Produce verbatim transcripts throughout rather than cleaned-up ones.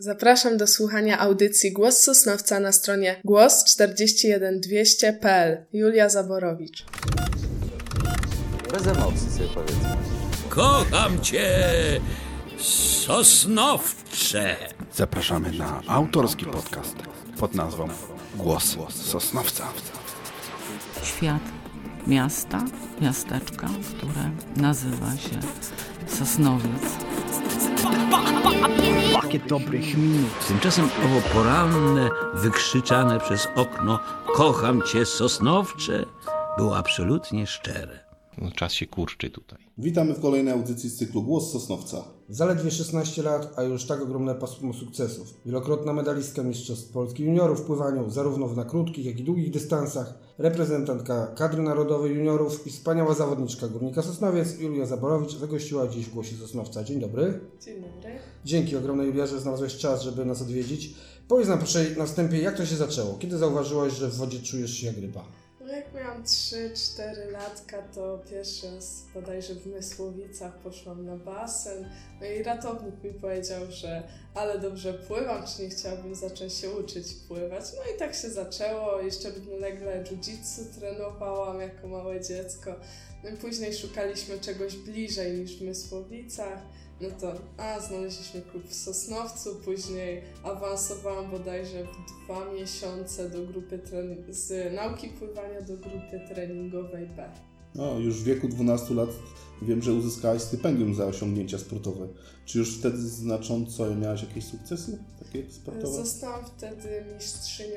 Zapraszam do słuchania audycji Głos Sosnowca na stronie głos czterdzieści jeden dwieście kropka p l. Julia Zaborowicz. Bez emocji sobie powiedzmy. Kocham cię, Sosnowcze! Zapraszamy na autorski podcast pod nazwą Głos Sosnowca. Świat miasta, miasteczka, które nazywa się Sosnowiec. Pakiet dobrych minut. Tymczasem owo poranne, wykrzyczane przez okno kocham cię, Sosnowcze, było absolutnie szczere. No, czas się kurczy tutaj. Witamy w kolejnej audycji z cyklu Głos Sosnowca. Zaledwie szesnaście lat, a już tak ogromne pasmo sukcesów. Wielokrotna medalistka Mistrzostw Polski juniorów w pływaniu, zarówno na krótkich, jak i długich dystansach, reprezentantka kadry narodowej juniorów i wspaniała zawodniczka Górnika Sosnowiec Julia Zaborowicz zagościła dziś w Głosie Sosnowca. Dzień dobry. Dzień dobry. Dzięki ogromnej, Julia, że znalazłeś czas, żeby nas odwiedzić. Powiedz nam proszę na wstępie, jak to się zaczęło? Kiedy zauważyłaś, że w wodzie czujesz się jak ryba? No jak miałam trzy cztery latka, to pierwszy raz bodajże w Mysłowicach poszłam na basen. No i ratownik mi powiedział, że ale dobrze pływam, czy nie chciałabym zacząć się uczyć pływać. No i tak się zaczęło. Jeszcze równolegle jiu-jitsu trenowałam jako małe dziecko. No i później szukaliśmy czegoś bliżej niż w Mysłowicach. No to, a znaleźliśmy klub w Sosnowcu, później awansowałam bodajże w dwa miesiące do grupy tren- z nauki pływania do grupy treningowej B. No, już w wieku dwunastu lat wiem, że uzyskałaś stypendium za osiągnięcia sportowe. Czy już wtedy znacząco miałaś jakieś sukcesy takie sportowe? Zostałam wtedy mistrzynią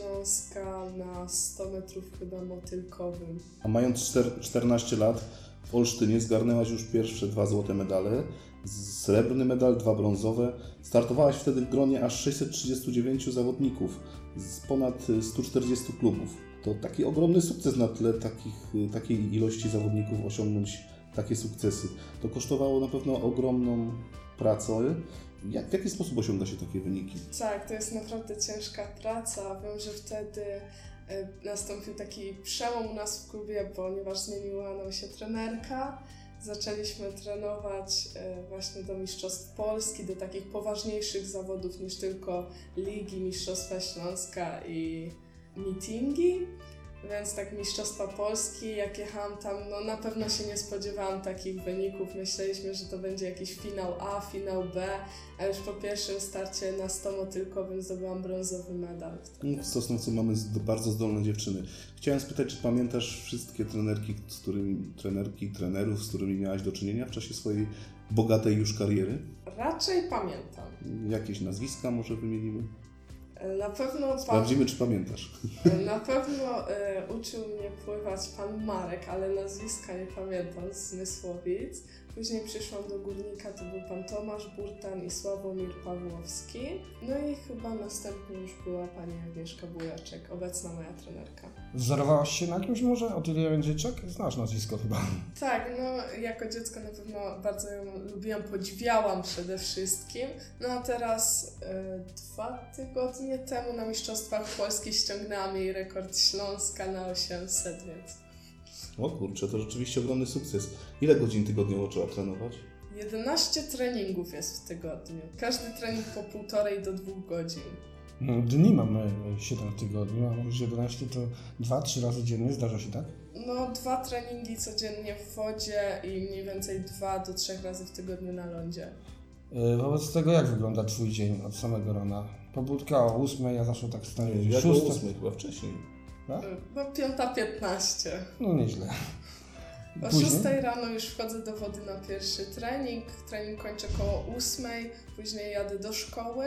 Śląska na sto metrów chyba motylkowym. A mając czternaście lat w Olsztynie zgarnęłaś już pierwsze dwa złote medale. Srebrny medal, dwa brązowe. Startowałaś wtedy w gronie aż sześćset trzydziestu dziewięciu zawodników z ponad stu czterdziestu klubów. To taki ogromny sukces na tle takich, takiej ilości zawodników osiągnąć takie sukcesy. To kosztowało na pewno ogromną pracę. Jak, w jaki sposób osiąga się takie wyniki? Tak, to jest naprawdę ciężka praca. Wiem, że wtedy y, nastąpił taki przełom u nas w klubie, ponieważ zmieniła nam się trenerka. Zaczęliśmy trenować y, właśnie do Mistrzostw Polski, do takich poważniejszych zawodów niż tylko ligi, Mistrzostwa Śląska i meetingi. Więc tak Mistrzostwa Polski, jak jechałam tam, no na pewno się nie spodziewałam takich wyników. Myśleliśmy, że to będzie jakiś finał A, finał B, a już po pierwszym starcie na sto motylkowym zdobyłam brązowy medal. W Sosnowcu mamy bardzo zdolne dziewczyny. Chciałem spytać, czy pamiętasz wszystkie trenerki, z którymi, trenerki, trenerów, z którymi miałaś do czynienia w czasie swojej bogatej już kariery? Raczej pamiętam. Jakieś nazwiska może wymienimy? Na pewno Sprawdzimy, czy pamiętasz. Na pewno y, uczył mnie pływać pan Marek, ale nazwiska nie pamiętam z Mysłowic. Później przyszłam do Górnika, to był pan Tomasz Burtan i Sławomir Pawłowski. No i chyba następnie już była pani Agnieszka Bujaczek, obecna moja trenerka. Wzorowałaś się na kimś może? Otylia Jędrzejczak? Znasz nazwisko chyba. Tak, no jako dziecko na pewno bardzo ją lubiłam, podziwiałam przede wszystkim. No a teraz y, dwa tygodnie temu na Mistrzostwach Polski ściągnęłam jej rekord Śląska na osiemset, więc... O kurczę, to rzeczywiście ogromny sukces. Ile godzin tygodniowo trzeba trenować? jedenaście treningów jest w tygodniu. Każdy trening po półtorej do dwóch godzin. No, dni mamy siedem w tygodniu, a już jedenaście to dwa trzy razy dziennie, zdarza się tak? No, dwa treningi codziennie w wodzie i mniej więcej dwa do trzech razy w tygodniu na lądzie. Yy, wobec tego jak wygląda twój dzień od samego rana? Pobudka o ósmej, ja zawsze tak wstaję. Jak o ósmej, chyba wcześniej. Tak? No piąta piętnaście. No nieźle. O szóstej rano już wchodzę do wody na pierwszy trening. Trening kończę koło ósmej, później jadę do szkoły.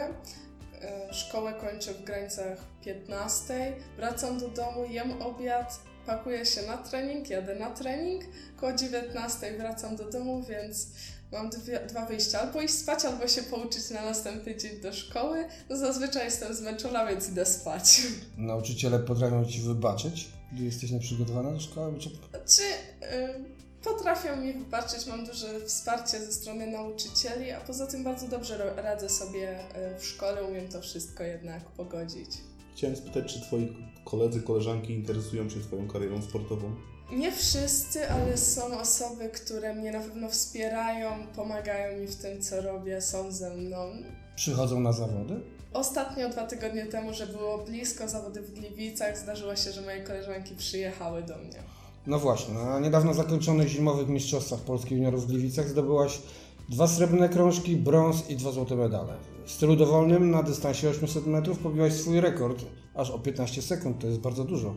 Szkołę kończę w granicach piętnastej. Wracam do domu, jem obiad, pakuję się na trening, jadę na trening. Koło dziewiętnastej wracam do domu, więc mam dwie, dwa wyjścia. Albo iść spać, albo się pouczyć na następny dzień do szkoły. No zazwyczaj jestem zmęczona, więc idę spać. Nauczyciele potrafią ci wybaczyć, gdy jesteś nieprzygotowana do szkoły? Czy, Czy yy, potrafią mi wybaczyć, mam duże wsparcie ze strony nauczycieli, a poza tym bardzo dobrze radzę sobie yy, w szkole, umiem to wszystko jednak pogodzić. Chciałem spytać, czy twoi koledzy, koleżanki interesują się twoją karierą sportową? Nie wszyscy, ale są osoby, które mnie na pewno wspierają, pomagają mi w tym, co robię, są ze mną. przychodzą na zawody? Ostatnio, dwa tygodnie temu, że było blisko zawody w Gliwicach, zdarzyło się, że moje koleżanki przyjechały do mnie. No właśnie, na niedawno zakończonych zimowych mistrzostwach Polski juniorów w Gliwicach zdobyłaś dwa srebrne krążki, brąz i dwa złote medale. W stylu dowolnym na dystansie osiemset metrów pobiłaś swój rekord, aż o piętnaście sekund, to jest bardzo dużo.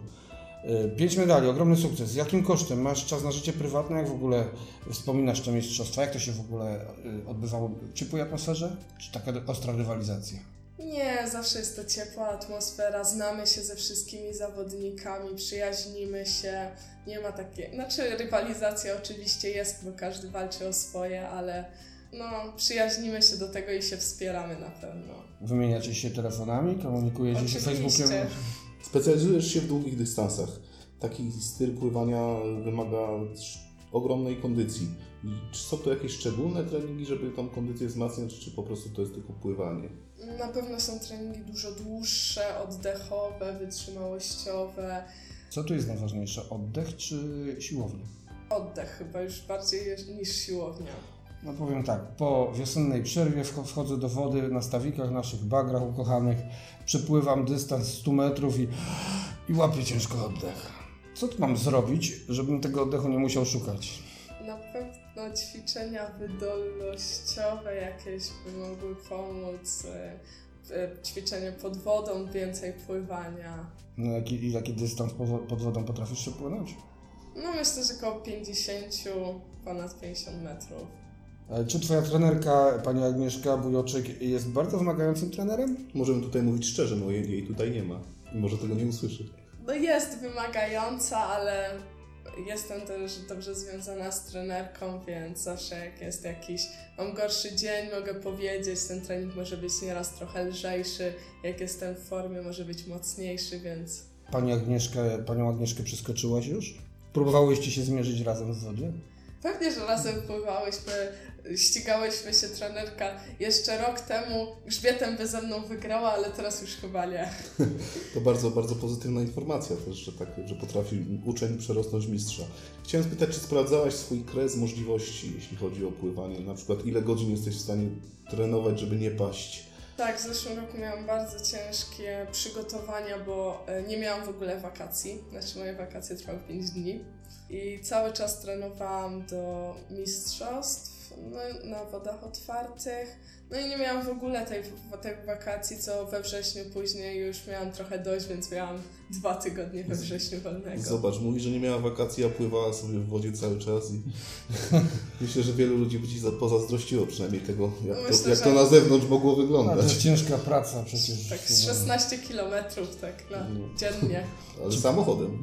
Pięć medali, ogromny sukces. Jakim kosztem? Masz czas na życie prywatne? Jak w ogóle wspominasz te mistrzostwa? Jak to się w ogóle odbywało? W ciepłej atmosferze? Czy taka ostra rywalizacja? Nie, zawsze jest to ciepła atmosfera, znamy się ze wszystkimi zawodnikami, przyjaźnimy się, nie ma takiej... Znaczy rywalizacja oczywiście jest, bo każdy walczy o swoje, ale no przyjaźnimy się do tego i się wspieramy na pewno. Wymieniacie się telefonami? Komunikujecie się Facebookiem? Specjalizujesz się w długich dystansach. Taki styl pływania wymaga ogromnej kondycji. I czy są to jakieś szczególne treningi, żeby tą kondycję wzmacniać, czy po prostu to jest tylko pływanie? Na pewno są treningi dużo dłuższe, oddechowe, wytrzymałościowe. Co tu jest najważniejsze? Oddech czy siłownia? Oddech chyba już bardziej niż siłownia. No powiem tak, po wiosennej przerwie wchodzę do wody na stawikach naszych bagrach ukochanych, przepływam dystans stu metrów i, i łapię ciężko oddech. Co tu mam zrobić, żebym tego oddechu nie musiał szukać? Na pewno ćwiczenia wydolnościowe jakieś by mogły pomóc, ćwiczenie pod wodą, więcej pływania. No jaki, jaki dystans pod wodą potrafisz przepłynąć? No myślę, że około pięćdziesiąt, ponad pięćdziesiąt metrów. Czy twoja trenerka, pani Agnieszka Bujoczyk, jest bardzo wymagającym trenerem? Możemy tutaj mówić szczerze, no jej, jej tutaj nie ma i może tego nie usłyszy. No jest wymagająca, ale jestem też dobrze związana z trenerką, więc zawsze jak jest jakiś, mam gorszy dzień, mogę powiedzieć, ten trening może być nieraz trochę lżejszy, jak jestem w formie, może być mocniejszy, więc... Pani Agnieszkę, panią Agnieszkę przeskoczyłaś już? Próbowałyście się zmierzyć razem w wodzie? Pewnie, że razem pływałyśmy, ścigałyśmy się, trenerka jeszcze rok temu grzbietem by ze mną wygrała, ale teraz już chyba nie. To bardzo, bardzo pozytywna informacja też, że, tak, że potrafi uczeń przerosnąć mistrza. Chciałem spytać, czy sprawdzałaś swój kres możliwości, jeśli chodzi o pływanie? Na przykład ile godzin jesteś w stanie trenować, żeby nie paść? Tak, w zeszłym roku miałam bardzo ciężkie przygotowania, bo nie miałam w ogóle wakacji. Znaczy moje wakacje trwały pięć dni. I cały czas trenowałam do mistrzostw no, na wodach otwartych. No i nie miałam w ogóle tej, tej wakacji, co we wrześniu później już miałam trochę dość, więc miałam dwa tygodnie we wrześniu wolnego. Zobacz, mówi, że nie miała wakacji, a pływała sobie w wodzie cały czas i myślę, że wielu ludzi by ci pozazdrościło przynajmniej tego, jak, Myślę, to, jak że... to na zewnątrz mogło wyglądać. A to jest ciężka praca przecież. Tak z szesnaście kilometrów tak na no. dziennie. Ale samochodem.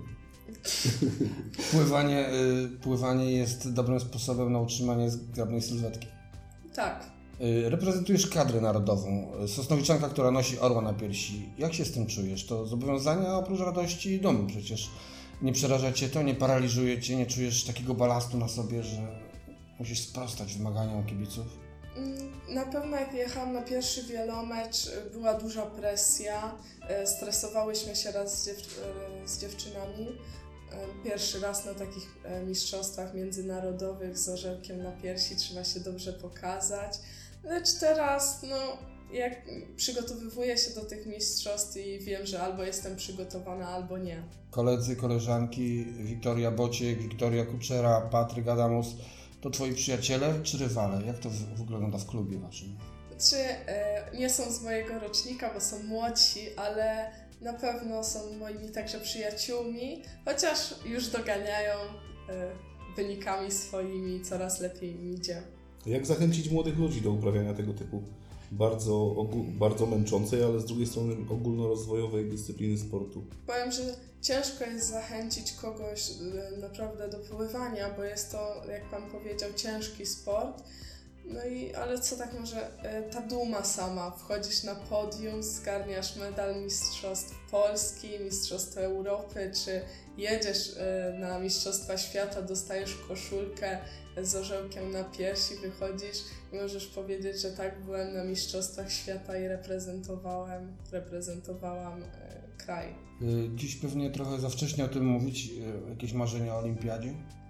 Pływanie, y, pływanie jest dobrym sposobem na utrzymanie zgrabnej sylwetki. Tak. Y, reprezentujesz kadrę narodową. Sosnowiczanka, która nosi orła na piersi. Jak się z tym czujesz? To zobowiązania oprócz radości i dumy przecież. Nie przeraża cię to, nie paraliżuje cię, nie czujesz takiego balastu na sobie, że musisz sprostać wymaganiom kibiców? Na pewno jak jechałam na pierwszy wielomecz, była duża presja. Stresowałyśmy się raz z, dziew- z dziewczynami. Pierwszy raz na takich mistrzostwach międzynarodowych z orzełkiem na piersi, trzeba się dobrze pokazać. Lecz teraz, no, jak przygotowywuję się do tych mistrzostw i wiem, że albo jestem przygotowana, albo nie. Koledzy, koleżanki, Wiktoria Bociek, Wiktoria Kuczera, Patryk Adamus, to twoi przyjaciele czy rywale? Jak to wygląda w klubie waszym? Czy e, nie są z mojego rocznika, bo są młodsi, ale na pewno są moimi także przyjaciółmi, chociaż już doganiają e, wynikami swoimi, coraz lepiej mi idzie. Jak zachęcić młodych ludzi do uprawiania tego typu bardzo, ogó- bardzo męczącej, ale z drugiej strony ogólnorozwojowej dyscypliny sportu? Powiem, że ciężko jest zachęcić kogoś e, naprawdę do pływania, bo jest to, jak Pan powiedział, ciężki sport. No i, ale co tak może, ta duma sama, wchodzisz na podium, zgarniasz medal Mistrzostw Polski, Mistrzostw Europy, czy jedziesz na Mistrzostwa Świata, dostajesz koszulkę z orzełkiem na piersi, wychodzisz i możesz powiedzieć, że tak, byłem na Mistrzostwach Świata i reprezentowałem, reprezentowałam kraj. Dziś pewnie trochę za wcześnie o tym mówić, jakieś marzenia o olimpiadzie?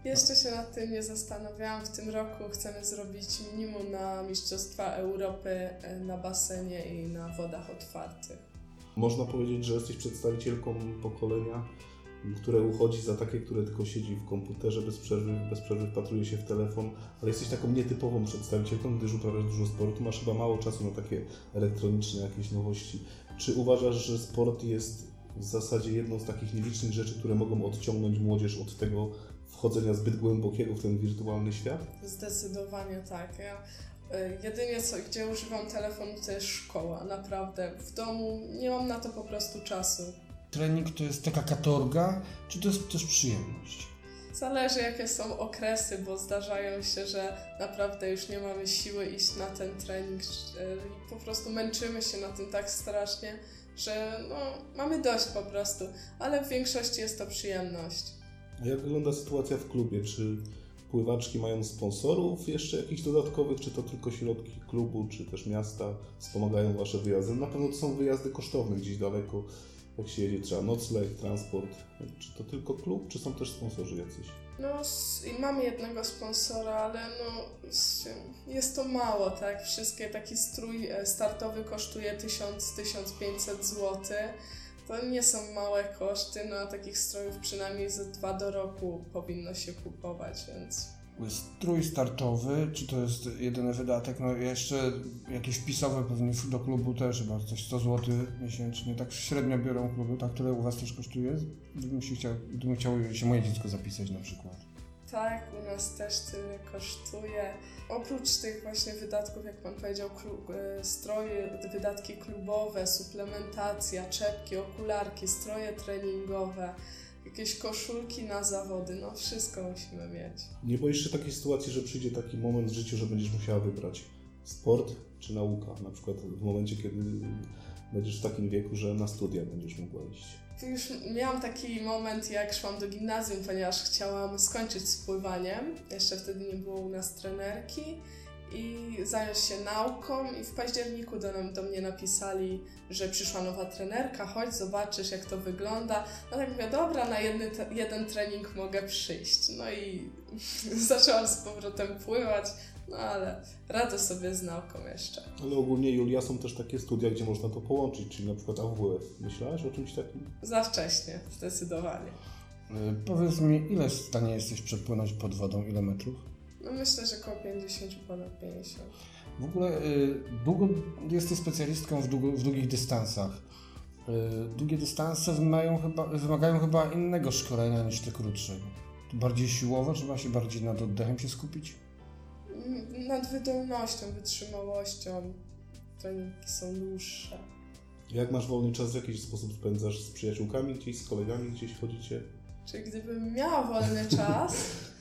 Jeszcze się nad tym nie zastanawiałam. W tym roku chcemy zrobić minimum na Mistrzostwa Europy na basenie i na wodach otwartych. Można powiedzieć, że jesteś przedstawicielką pokolenia, które uchodzi za takie, które tylko siedzi w komputerze bez przerwy, bez przerwy wpatruje się w telefon, ale jesteś taką nietypową przedstawicielką, gdyż uprawiasz dużo sportu, masz chyba mało czasu na takie elektroniczne jakieś nowości. Czy uważasz, że sport jest w zasadzie jedną z takich nielicznych rzeczy, które mogą odciągnąć młodzież od tego wchodzenia zbyt głębokiego w ten wirtualny świat? Zdecydowanie tak. Ja y, jedynie co, gdzie używam telefonu, to jest szkoła, naprawdę. W domu nie mam na to po prostu czasu. Trening to jest taka katorga, czy to jest też przyjemność? Zależy jakie są okresy, bo zdarzają się, że naprawdę już nie mamy siły iść na ten trening i po prostu męczymy się na tym tak strasznie, że no, mamy dość po prostu, ale w większości jest to przyjemność. A jak wygląda sytuacja w klubie? Czy pływaczki mają sponsorów jeszcze jakichś dodatkowych, czy to tylko środki klubu, czy też miasta wspomagają Wasze wyjazdy? Na pewno to są wyjazdy kosztowne gdzieś daleko. Jak się jedzie, trzeba nocleg, transport. Czy to tylko klub, czy są też sponsorzy jacyś? No i mamy jednego sponsora, ale no jest to mało, tak? Wszystkie taki strój startowy kosztuje tysiąc do tysiąca pięciuset złotych. To nie są małe koszty, no a takich strojów przynajmniej ze dwa do roku powinno się kupować, więc... Strój startowy, czy to jest jedyny wydatek? No jeszcze jakieś wpisowe pewnie do klubu też, chyba coś sto złotych miesięcznie, tak średnio biorą kluby, tak, które u Was też kosztuje? Gdybym, się chciał, gdybym chciał się moje dziecko zapisać na przykład. Tak, u nas też tyle kosztuje. Oprócz tych właśnie wydatków, jak Pan powiedział, klub, stroje, wydatki klubowe, suplementacja, czepki, okularki, stroje treningowe, jakieś koszulki na zawody, no wszystko musimy mieć. Nie boisz się takiej sytuacji, że przyjdzie taki moment w życiu, że będziesz musiała wybrać sport czy nauka? Na przykład w momencie, kiedy będziesz w takim wieku, że na studia będziesz mogła iść. Już miałam taki moment, jak szłam do gimnazjum, ponieważ chciałam skończyć z pływaniem. Jeszcze wtedy nie było u nas trenerki i zająć się nauką i w październiku do, nam, do mnie napisali, że przyszła nowa trenerka, chodź zobaczysz jak to wygląda. No tak mówię, dobra, na jedny, jeden trening mogę przyjść. No i zaczęłam z powrotem pływać, no ale radzę sobie z nauką jeszcze. Ale ogólnie, Julia, są też takie studia, gdzie można to połączyć, czyli na przykład A W F. Myślałaś o czymś takim? Za wcześnie, zdecydowanie. Yy, powiedz mi, ile w stanie jesteś przepłynąć pod wodą, ile metrów? No myślę, że około pięćdziesiąt, ponad pięćdziesiąt. W ogóle y, długo jesteś specjalistką w, długo, w długich dystansach. Y, długie dystanse wymagają chyba, wymagają chyba innego szkolenia niż te krótsze. To bardziej siłowo, trzeba się bardziej nad oddechem się skupić? Nad wydolnością, wytrzymałością. Treningi są dłuższe. Jak masz wolny czas, w jakiś sposób spędzasz z przyjaciółkami gdzieś, z kolegami gdzieś chodzicie? Czyli gdybym miała wolny czas,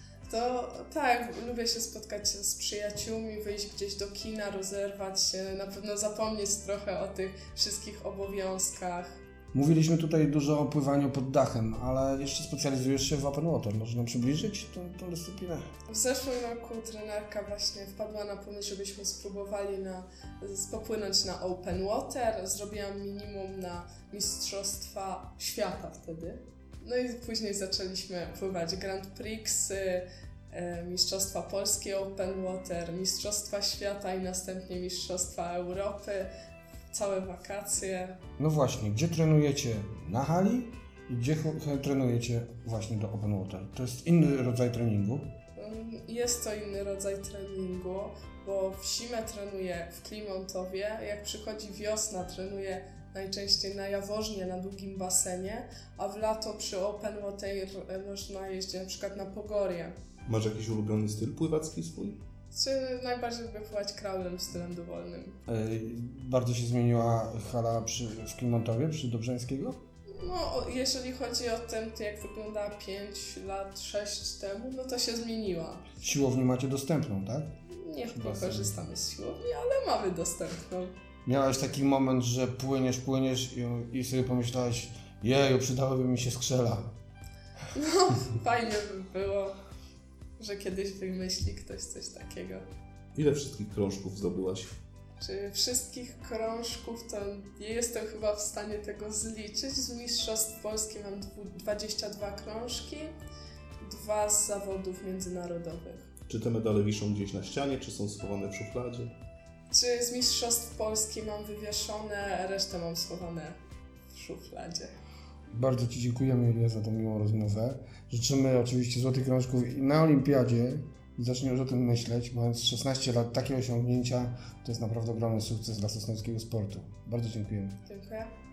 to tak, lubię się spotkać z przyjaciółmi, wyjść gdzieś do kina, rozerwać się, na pewno zapomnieć trochę o tych wszystkich obowiązkach. Mówiliśmy tutaj dużo o pływaniu pod dachem, ale jeszcze specjalizujesz się w open water. Możesz nam przybliżyć tą, tą dyscyplinę? W zeszłym roku trenerka właśnie wpadła na pomysł, żebyśmy spróbowali na, popłynąć na open water. Zrobiłam minimum na Mistrzostwa Świata wtedy. No i później zaczęliśmy pływać Grand Prix, Mistrzostwa Polskie Open Water, Mistrzostwa Świata i następnie Mistrzostwa Europy. Całe wakacje. No właśnie, gdzie trenujecie na hali i gdzie trenujecie właśnie do open water? To jest inny rodzaj treningu? Jest to inny rodzaj treningu, bo w zimę trenuję w Klimontowie, jak przychodzi wiosna trenuję najczęściej na Jaworznie, na długim basenie, a w lato przy open water można jeździć na przykład na Pogorje. Masz jakiś ulubiony styl pływacki swój? Czy najbardziej lubię pływać kraulem, stylem dowolnym. Yy, bardzo się zmieniła hala przy, w Klimontowie, przy Dobrzańskiego? No, jeżeli chodzi o ten, jak wyglądała pięć lat, sześć temu, no to się zmieniła. Siłownię macie dostępną, tak? Nie korzystamy z siłowni, ale mamy dostępną. Miałeś taki moment, że płyniesz, płyniesz i, i sobie pomyślałeś, jeju, przydałyby mi się skrzela. No, fajnie by było, że kiedyś wymyśli ktoś coś takiego. Ile wszystkich krążków zdobyłaś? Czy wszystkich krążków to nie jestem chyba w stanie tego zliczyć. Z Mistrzostw Polski mam dwadzieścia dwa krążki, dwa z zawodów międzynarodowych. Czy te medale wiszą gdzieś na ścianie, czy są schowane w szufladzie? Czy z Mistrzostw Polski mam wywieszone, a resztę mam schowane w szufladzie. Bardzo Ci dziękujemy, Julia, za tą miłą rozmowę. Życzymy oczywiście złotych krążków i na olimpiadzie. Zacznij już o tym myśleć, mając szesnaście lat, takie osiągnięcia to jest naprawdę ogromny sukces dla sosnowskiego sportu. Bardzo dziękujemy. Dziękuję.